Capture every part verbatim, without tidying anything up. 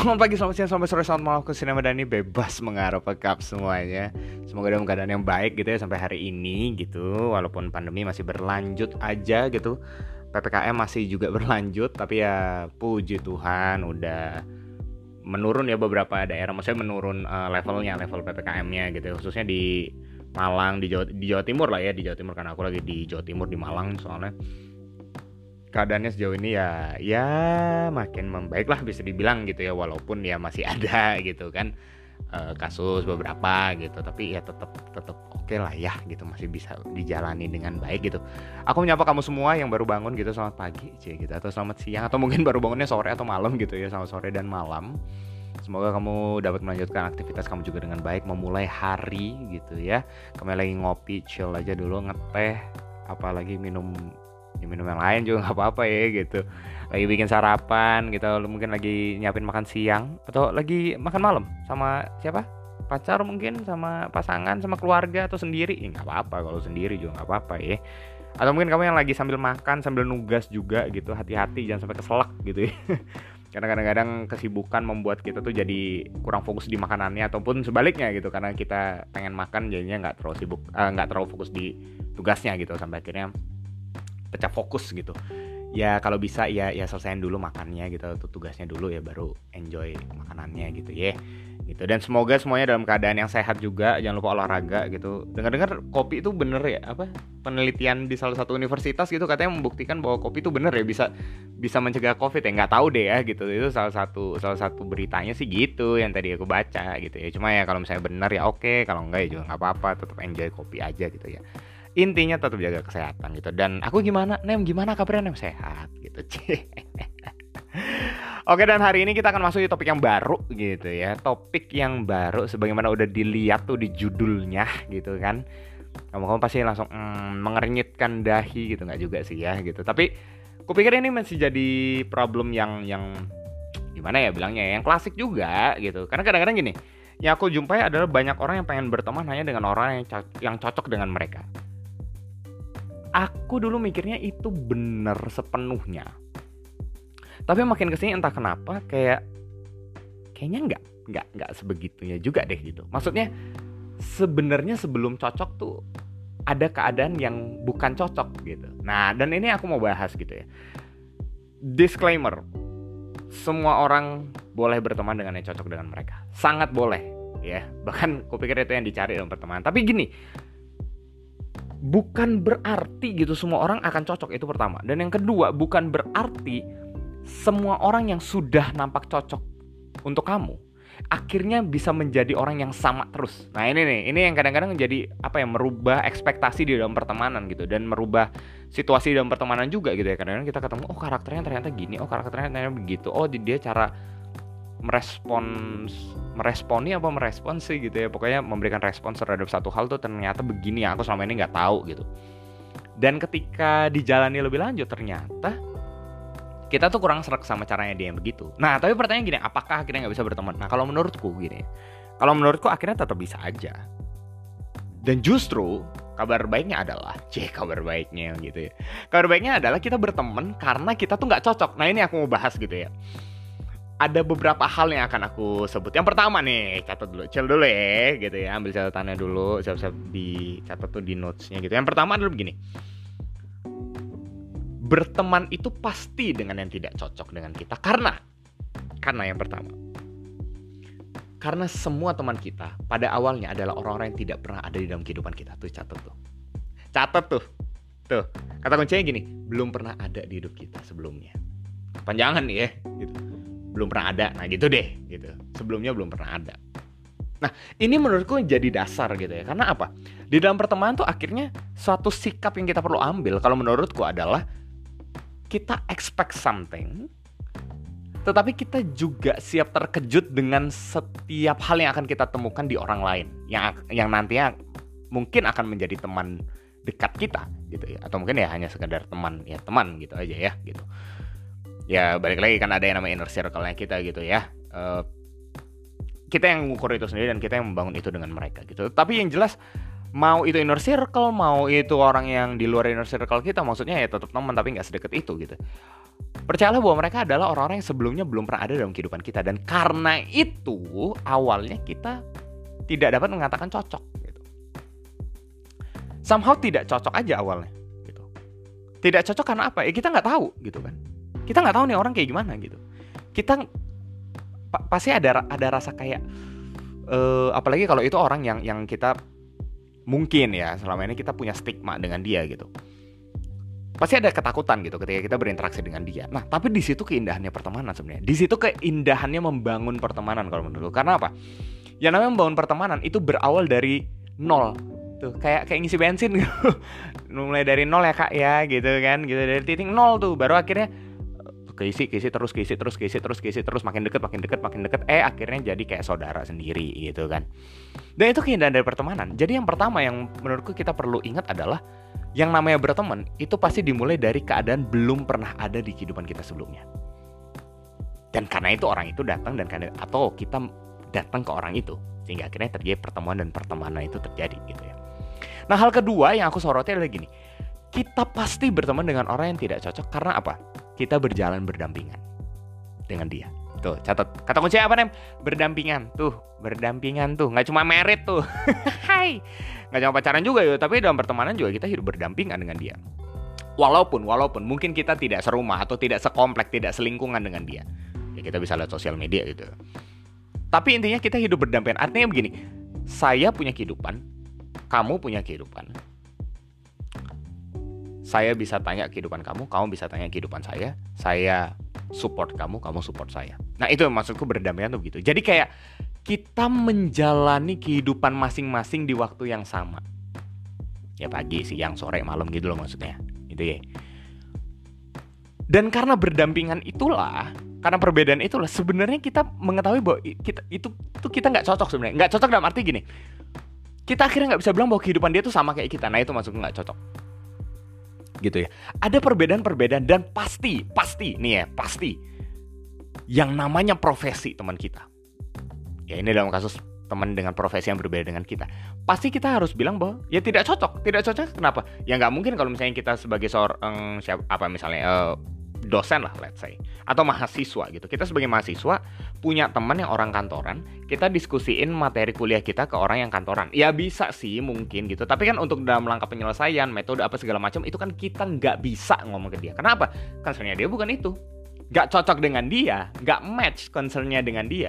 Selamat pagi, selamat siang, selamat sore, selamat malam ke Sinema Dani bebas mengarah pekap semuanya. Semoga dalam keadaan yang baik gitu ya sampai hari ini gitu. Walaupun pandemi masih berlanjut aja gitu, P P K M masih juga berlanjut. Tapi ya puji Tuhan udah menurun ya beberapa daerah. Maksudnya menurun uh, levelnya, level P P K M-nya gitu. Khususnya di Malang, di Jawa, di Jawa Timur lah ya. Di Jawa Timur karena aku lagi di Jawa Timur, di Malang soalnya. Keadaannya sejauh ini ya ya makin membaik lah bisa dibilang gitu ya, walaupun ya masih ada gitu kan e, kasus beberapa gitu, tapi ya tetap tetap oke okay lah ya gitu, masih bisa dijalani dengan baik gitu. Aku menyapa kamu semua yang baru bangun gitu, selamat pagi cie gitu, atau selamat siang, atau mungkin baru bangunnya sore atau malam gitu ya, selamat sore dan malam. Semoga kamu dapat melanjutkan aktivitas kamu juga dengan baik, memulai hari gitu ya. Kamu lagi ngopi chill aja dulu, ngeteh, apalagi minum ya minum yang lain juga nggak apa-apa ya gitu, lagi bikin sarapan gitu, mungkin lagi nyiapin makan siang atau lagi makan malam sama siapa, pacar mungkin, sama pasangan, sama keluarga, atau sendiri ya nggak apa-apa, kalau sendiri juga nggak apa-apa ya. Atau mungkin kamu yang lagi sambil makan sambil nugas juga gitu, hati-hati jangan sampai keselak gitu ya. Karena kadang-kadang kesibukan membuat kita tuh jadi kurang fokus di makanannya, ataupun sebaliknya gitu, karena kita pengen makan jadinya nggak terlalu sibuk, uh, nggak terlalu fokus di tugasnya gitu, sampai akhirnya pecah fokus gitu. Ya kalau bisa ya ya selesaiin dulu makannya gitu, tuh tugasnya dulu ya, baru enjoy makanannya gitu ya. Gitu. Dan semoga semuanya dalam keadaan yang sehat juga, jangan lupa olahraga gitu. Dengar-dengar kopi itu bener ya, apa penelitian di salah satu universitas gitu katanya membuktikan bahwa kopi itu bener ya bisa bisa mencegah Covid ya. Nggak tahu deh ya gitu. Itu salah satu salah satu beritanya sih gitu yang tadi aku baca gitu ya. Cuma ya kalau misalnya bener ya oke, kalau enggak ya juga nggak apa-apa, tetap enjoy kopi aja gitu ya. Intinya tetap jaga kesehatan gitu. Dan aku gimana? Nem gimana kabarnya? Nem sehat gitu. Oke, dan hari ini kita akan masuk di topik yang baru gitu ya. Topik yang baru sebagaimana udah dilihat tuh di judulnya gitu kan. Kamu-kamu pasti langsung mm, mengernyitkan dahi gitu, nggak juga sih ya gitu. Tapi kupikir ini masih jadi problem yang yang gimana ya bilangnya, yang klasik juga gitu. Karena kadang-kadang gini, yang aku jumpai adalah banyak orang yang pengen berteman hanya dengan orang yang co- yang cocok dengan mereka. Aku dulu mikirnya itu bener sepenuhnya, tapi makin kesini entah kenapa kayak kayaknya nggak nggak nggak sebegitunya juga deh gitu. Maksudnya sebenarnya sebelum cocok tuh ada keadaan yang bukan cocok gitu. Nah, dan ini aku mau bahas gitu ya. Disclaimer, semua orang boleh berteman dengan yang cocok dengan mereka, sangat boleh ya. Bahkan kupikir itu yang dicari dalam pertemanan. Tapi gini, bukan berarti gitu semua orang akan cocok, itu pertama. Dan yang kedua, bukan berarti semua orang yang sudah nampak cocok untuk kamu akhirnya bisa menjadi orang yang sama terus. Nah ini nih, ini yang kadang-kadang jadi apa ya, merubah ekspektasi di dalam pertemanan gitu, dan merubah situasi di dalam pertemanan juga gitu ya. Kadang-kadang kita ketemu, oh karakternya ternyata gini, oh karakternya ternyata begitu, oh dia cara merespons meresponi apa meresponsi gitu ya, pokoknya memberikan respons terhadap satu hal tuh ternyata begini yang aku selama ini nggak tahu gitu. Dan ketika dijalani lebih lanjut ternyata kita tuh kurang serak sama caranya dia yang begitu. Nah tapi pertanyaan gini, apakah akhirnya nggak bisa berteman? Nah kalau menurutku gini, kalau menurutku akhirnya tetap bisa aja. Dan justru kabar baiknya adalah, cek kabar baiknya gitu ya, kabar baiknya adalah kita berteman karena kita tuh nggak cocok. Nah ini aku mau bahas gitu ya. Ada beberapa hal yang akan aku sebut. Yang pertama nih, catat dulu, chill dulu ya gitu ya, ambil catatannya dulu, siap-siap dicatat tuh di notesnya gitu. Yang pertama adalah begini, berteman itu pasti dengan yang tidak cocok dengan kita. Karena Karena yang pertama, karena semua teman kita pada awalnya adalah orang-orang yang tidak pernah ada di dalam kehidupan kita. Tuh catat tuh, catat tuh Tuh, kata kuncinya gini, belum pernah ada di hidup kita sebelumnya. Panjangan nih ya gitu, belum pernah ada. Nah gitu deh gitu, sebelumnya belum pernah ada. Nah ini menurutku jadi dasar gitu ya. Karena apa? Di dalam pertemanan tuh akhirnya suatu sikap yang kita perlu ambil, kalau menurutku adalah kita expect something, tetapi kita juga siap terkejut dengan setiap hal yang akan kita temukan di orang lain, yang yang nantinya mungkin akan menjadi teman dekat kita gitu ya, atau mungkin ya hanya sekedar teman, ya teman gitu aja ya gitu. Ya balik lagi kan ada yang namanya inner circle-nya kita gitu ya. Uh, kita yang mengukur itu sendiri dan kita yang membangun itu dengan mereka gitu. Tapi yang jelas Mau itu inner circle, mau itu orang yang di luar inner circle kita, maksudnya ya tetap teman tapi nggak sedekat itu gitu. Percayalah bahwa mereka adalah orang-orang yang sebelumnya belum pernah ada dalam kehidupan kita, dan karena itu awalnya kita tidak dapat mengatakan cocok gitu. Somehow tidak cocok aja awalnya gitu. Tidak cocok karena apa? Ya kita nggak tahu gitu kan. Kita nggak tahu nih orang kayak gimana gitu. Kita pa- pasti ada ada rasa kayak uh, apalagi kalau itu orang yang yang kita mungkin ya selama ini kita punya stigma dengan dia gitu. Pasti ada ketakutan gitu ketika kita berinteraksi dengan dia. Nah, tapi di situ keindahannya pertemanan sebenarnya. Di situ keindahannya membangun pertemanan kalau menurutku. Karena apa? Yang namanya membangun pertemanan itu berawal dari nol. Tuh, kayak kayak ngisi bensin gitu. Mulai dari nol ya Kak ya gitu kan. Gitu dari titik nol tuh baru akhirnya keisi keisi terus keisi terus keisi terus keisi terus makin deket makin deket makin deket eh akhirnya jadi kayak saudara sendiri gitu kan. Dan itu keindahan dari pertemanan. Jadi yang pertama yang menurutku kita perlu ingat adalah yang namanya berteman itu pasti dimulai dari keadaan belum pernah ada di kehidupan kita sebelumnya. Dan karena itu orang itu datang dan karena atau kita datang ke orang itu sehingga akhirnya terjadi pertemuan dan pertemanan itu terjadi gitu ya. Nah, hal kedua yang aku soroti adalah gini. Kita pasti berteman dengan orang yang tidak cocok karena apa? Kita berjalan berdampingan dengan dia. Tuh, catat. Kata kunci apa, Nem? Berdampingan. Tuh, berdampingan tuh. Nggak cuma merit tuh. Hai. Nggak cuma pacaran juga ya, tapi dalam pertemanan juga kita hidup berdampingan dengan dia. Walaupun, walaupun mungkin kita tidak serumah atau tidak sekomplek, tidak selingkungan dengan dia. Ya kita bisa lihat sosial media gitu. Tapi intinya kita hidup berdampingan. Artinya begini, saya punya kehidupan, kamu punya kehidupan. Saya bisa tanya kehidupan kamu, kamu bisa tanya kehidupan saya. Saya support kamu, kamu support saya. Nah itu maksudku berdampingan tuh begitu. Jadi kayak kita menjalani kehidupan masing-masing di waktu yang sama. Ya pagi, siang, sore, malam gitu loh maksudnya. Gitu ya. Dan karena berdampingan itulah, karena perbedaan itulah sebenarnya kita mengetahui bahwa kita itu itu kita nggak cocok sebenarnya. Nggak cocok dalam arti gini. Kita akhirnya nggak bisa bilang bahwa kehidupan dia tuh sama kayak kita. Nah itu maksudku nggak cocok. Gitu ya. Ada perbedaan-perbedaan dan pasti, pasti nih ya, pasti yang namanya profesi teman kita. Ya ini dalam kasus teman dengan profesi yang berbeda dengan kita. Pasti kita harus bilang bahwa ya tidak cocok. Tidak cocok kenapa? Ya nggak mungkin kalau misalnya kita sebagai seorang siapa apa misalnya uh, dosen lah let's say atau mahasiswa gitu. Kita sebagai mahasiswa punya teman yang orang kantoran, kita diskusiin materi kuliah kita ke orang yang kantoran. Ya bisa sih mungkin gitu. Tapi kan untuk dalam langkah penyelesaian, metode apa segala macam itu kan kita nggak bisa ngomong ke dia. Kenapa? Concernnya dia bukan itu. Nggak cocok dengan dia, nggak match concernnya dengan dia.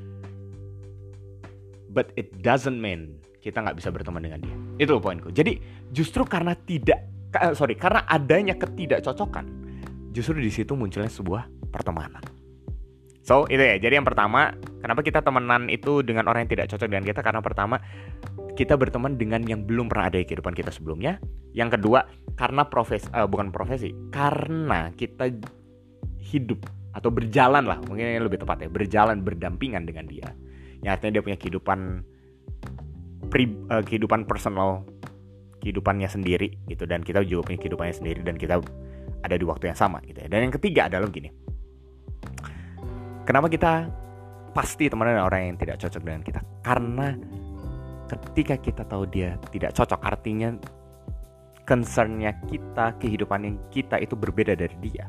But it doesn't mean kita nggak bisa berteman dengan dia. Itu poinku. Jadi justru karena tidak, sorry, karena adanya ketidakcocokan, justru di situ munculnya sebuah pertemanan. So itu ya. Jadi yang pertama, kenapa kita temenan itu dengan orang yang tidak cocok dengan kita? Karena pertama, kita berteman dengan yang belum pernah ada di kehidupan kita sebelumnya. Yang kedua, karena profesi, uh, bukan profesi, karena kita hidup atau berjalan lah, mungkin ini lebih tepat ya, berjalan berdampingan dengan dia. Yang artinya dia punya kehidupan pri, uh, kehidupan personal, kehidupannya sendiri gitu, dan kita juga punya kehidupannya sendiri dan kita ada di waktu yang sama gitu ya. Dan yang ketiga adalah gini. Kenapa kita pasti teman dengan orang yang tidak cocok dengan kita? Karena ketika kita tahu dia tidak cocok, artinya concernnya kita, kehidupan yang kita itu berbeda dari dia.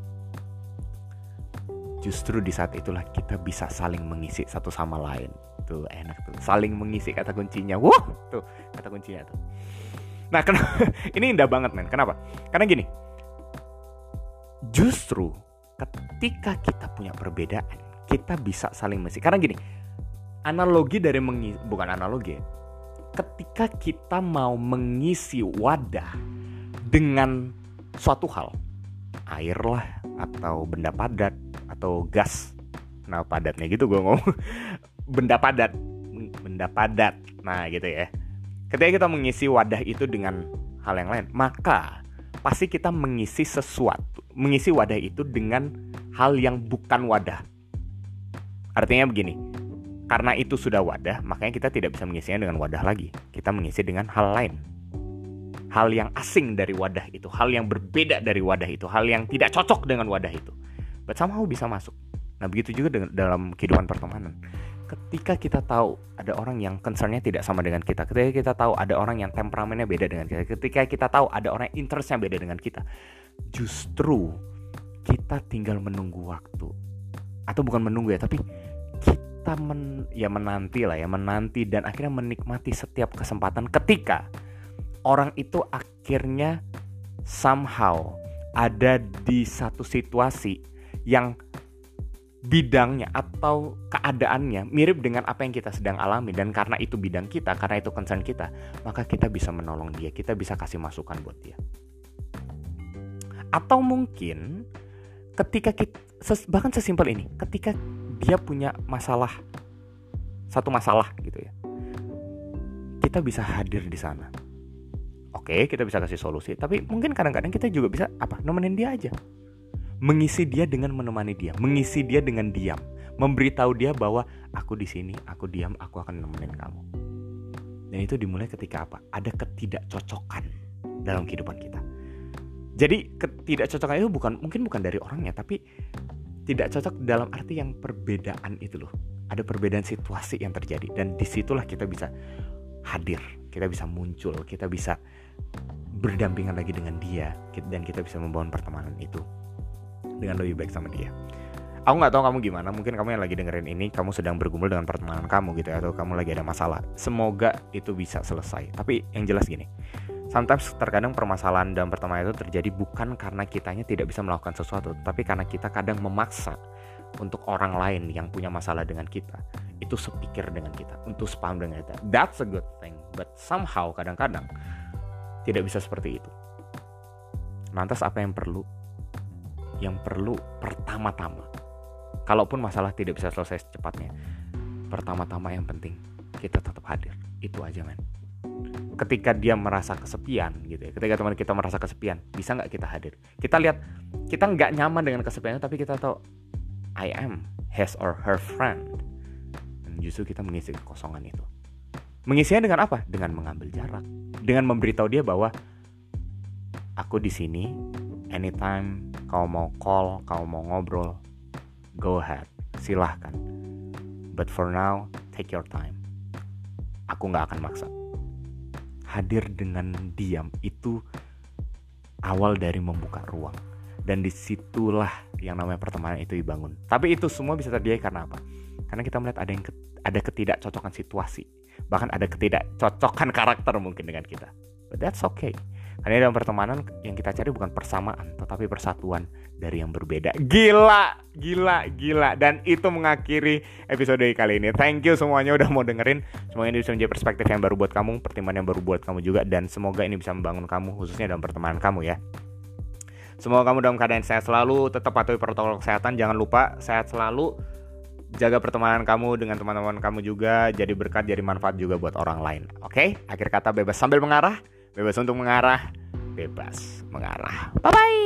Justru di saat itulah kita bisa saling mengisi satu sama lain. Tuh enak tuh, saling mengisi kata kuncinya. Wah, tuh kata kuncinya tuh. Nah, kenapa? Ini indah banget men. Kenapa? Karena gini. Justru ketika kita punya perbedaan, kita bisa saling mengisi. Karena gini, analogi dari mengisi, bukan analogi. Ketika kita mau mengisi wadah dengan suatu hal, air lah, atau benda padat, atau gas. Nah padatnya gitu gue ngomong. Benda padat, benda padat. Nah gitu ya. Ketika kita mengisi wadah itu dengan hal yang lain, maka pasti kita mengisi sesuatu, mengisi wadah itu dengan hal yang bukan wadah. Artinya begini, karena itu sudah wadah, makanya kita tidak bisa mengisinya dengan wadah lagi. Kita mengisi dengan hal lain. Hal yang asing dari wadah itu, hal yang berbeda dari wadah itu, hal yang tidak cocok dengan wadah itu. But somehow bisa masuk. Nah begitu juga dengan, dalam kehidupan pertemanan. ketika kita tahu ada orang yang concernnya tidak sama dengan kita, ketika kita tahu ada orang yang temperamennya beda dengan kita, ketika kita tahu ada orang yang interestnya beda dengan kita, justru kita tinggal menunggu waktu. Atau bukan menunggu ya, tapi kita men, ya menanti lah ya, menanti dan akhirnya menikmati setiap kesempatan ketika orang itu akhirnya somehow ada di satu situasi yang bidangnya atau keadaannya mirip dengan apa yang kita sedang alami, dan karena itu bidang kita, karena itu concern kita, maka kita bisa menolong dia, kita bisa kasih masukan buat dia. Atau mungkin ketika kita, bahkan sesimpel ini, ketika dia punya masalah, satu masalah gitu ya, kita bisa hadir di sana. Oke, kita bisa kasih solusi, tapi mungkin kadang-kadang kita juga bisa apa? Nemenin dia aja. Mengisi dia dengan menemani dia, mengisi dia dengan diam, memberitahu dia bahwa aku di sini, aku diam, aku akan nemenin kamu. Dan itu dimulai ketika apa? Ada ketidakcocokan dalam kehidupan kita. Jadi ketidakcocokan itu bukan mungkin bukan dari orangnya, tapi tidak cocok dalam arti yang perbedaan itu loh. Ada perbedaan situasi yang terjadi, dan disitulah kita bisa hadir, kita bisa muncul, kita bisa berdampingan lagi dengan dia, dan kita bisa membangun pertemanan itu dengan lebih baik sama dia. Aku nggak tahu kamu gimana, mungkin kamu yang lagi dengerin ini, kamu sedang bergumul dengan pertemanan kamu gitu ya, atau kamu lagi ada masalah. Semoga itu bisa selesai. Tapi yang jelas gini, sometimes terkadang permasalahan dalam pertemanan itu terjadi bukan karena kitanya tidak bisa melakukan sesuatu, tapi karena kita kadang memaksa untuk orang lain yang punya masalah dengan kita itu sepikir dengan kita, untuk sepaham dengan kita. That's a good thing, but somehow kadang-kadang tidak bisa seperti itu. Lantas apa yang perlu? Yang perlu pertama-tama, kalaupun masalah tidak bisa selesai secepatnya, pertama-tama yang penting kita tetap hadir. Itu aja men. Ketika dia merasa kesepian gitu ya, ketika teman kita merasa kesepian, bisa gak kita hadir? Kita lihat, kita gak nyaman dengan kesepiannya, tapi kita tahu I am his or her friend. Dan justru kita mengisi kekosongan itu. Mengisinya dengan apa? Dengan mengambil jarak, dengan memberitahu dia bahwa aku di sini anytime. Kau mau call, kau mau ngobrol, go ahead, silahkan. But for now, take your time. Aku gak akan maksa. Hadir dengan diam itu awal dari membuka ruang. Dan disitulah yang namanya pertemanan itu dibangun. Tapi itu semua bisa terjadi karena apa? Karena kita melihat ada yang ada ketidakcocokan situasi, bahkan ada ketidakcocokan karakter mungkin dengan kita. But that's okay. Karena dalam pertemanan yang kita cari bukan persamaan, tetapi persatuan dari yang berbeda. Gila, gila, gila. Dan itu mengakhiri episode kali ini. Thank you semuanya udah mau dengerin. Semoga ini bisa menjadi perspektif yang baru buat kamu, pertimbangan yang baru buat kamu juga. Dan semoga ini bisa membangun kamu, khususnya dalam pertemanan kamu ya. Semoga kamu dalam keadaan sehat selalu, tetap patuhi protokol kesehatan. Jangan lupa sehat selalu. Jaga pertemanan kamu dengan teman-teman kamu juga. Jadi berkat, jadi manfaat juga buat orang lain. Oke, akhir kata bebas sambil mengarah. Bebas untuk mengarah, bebas mengarah. Bye-bye.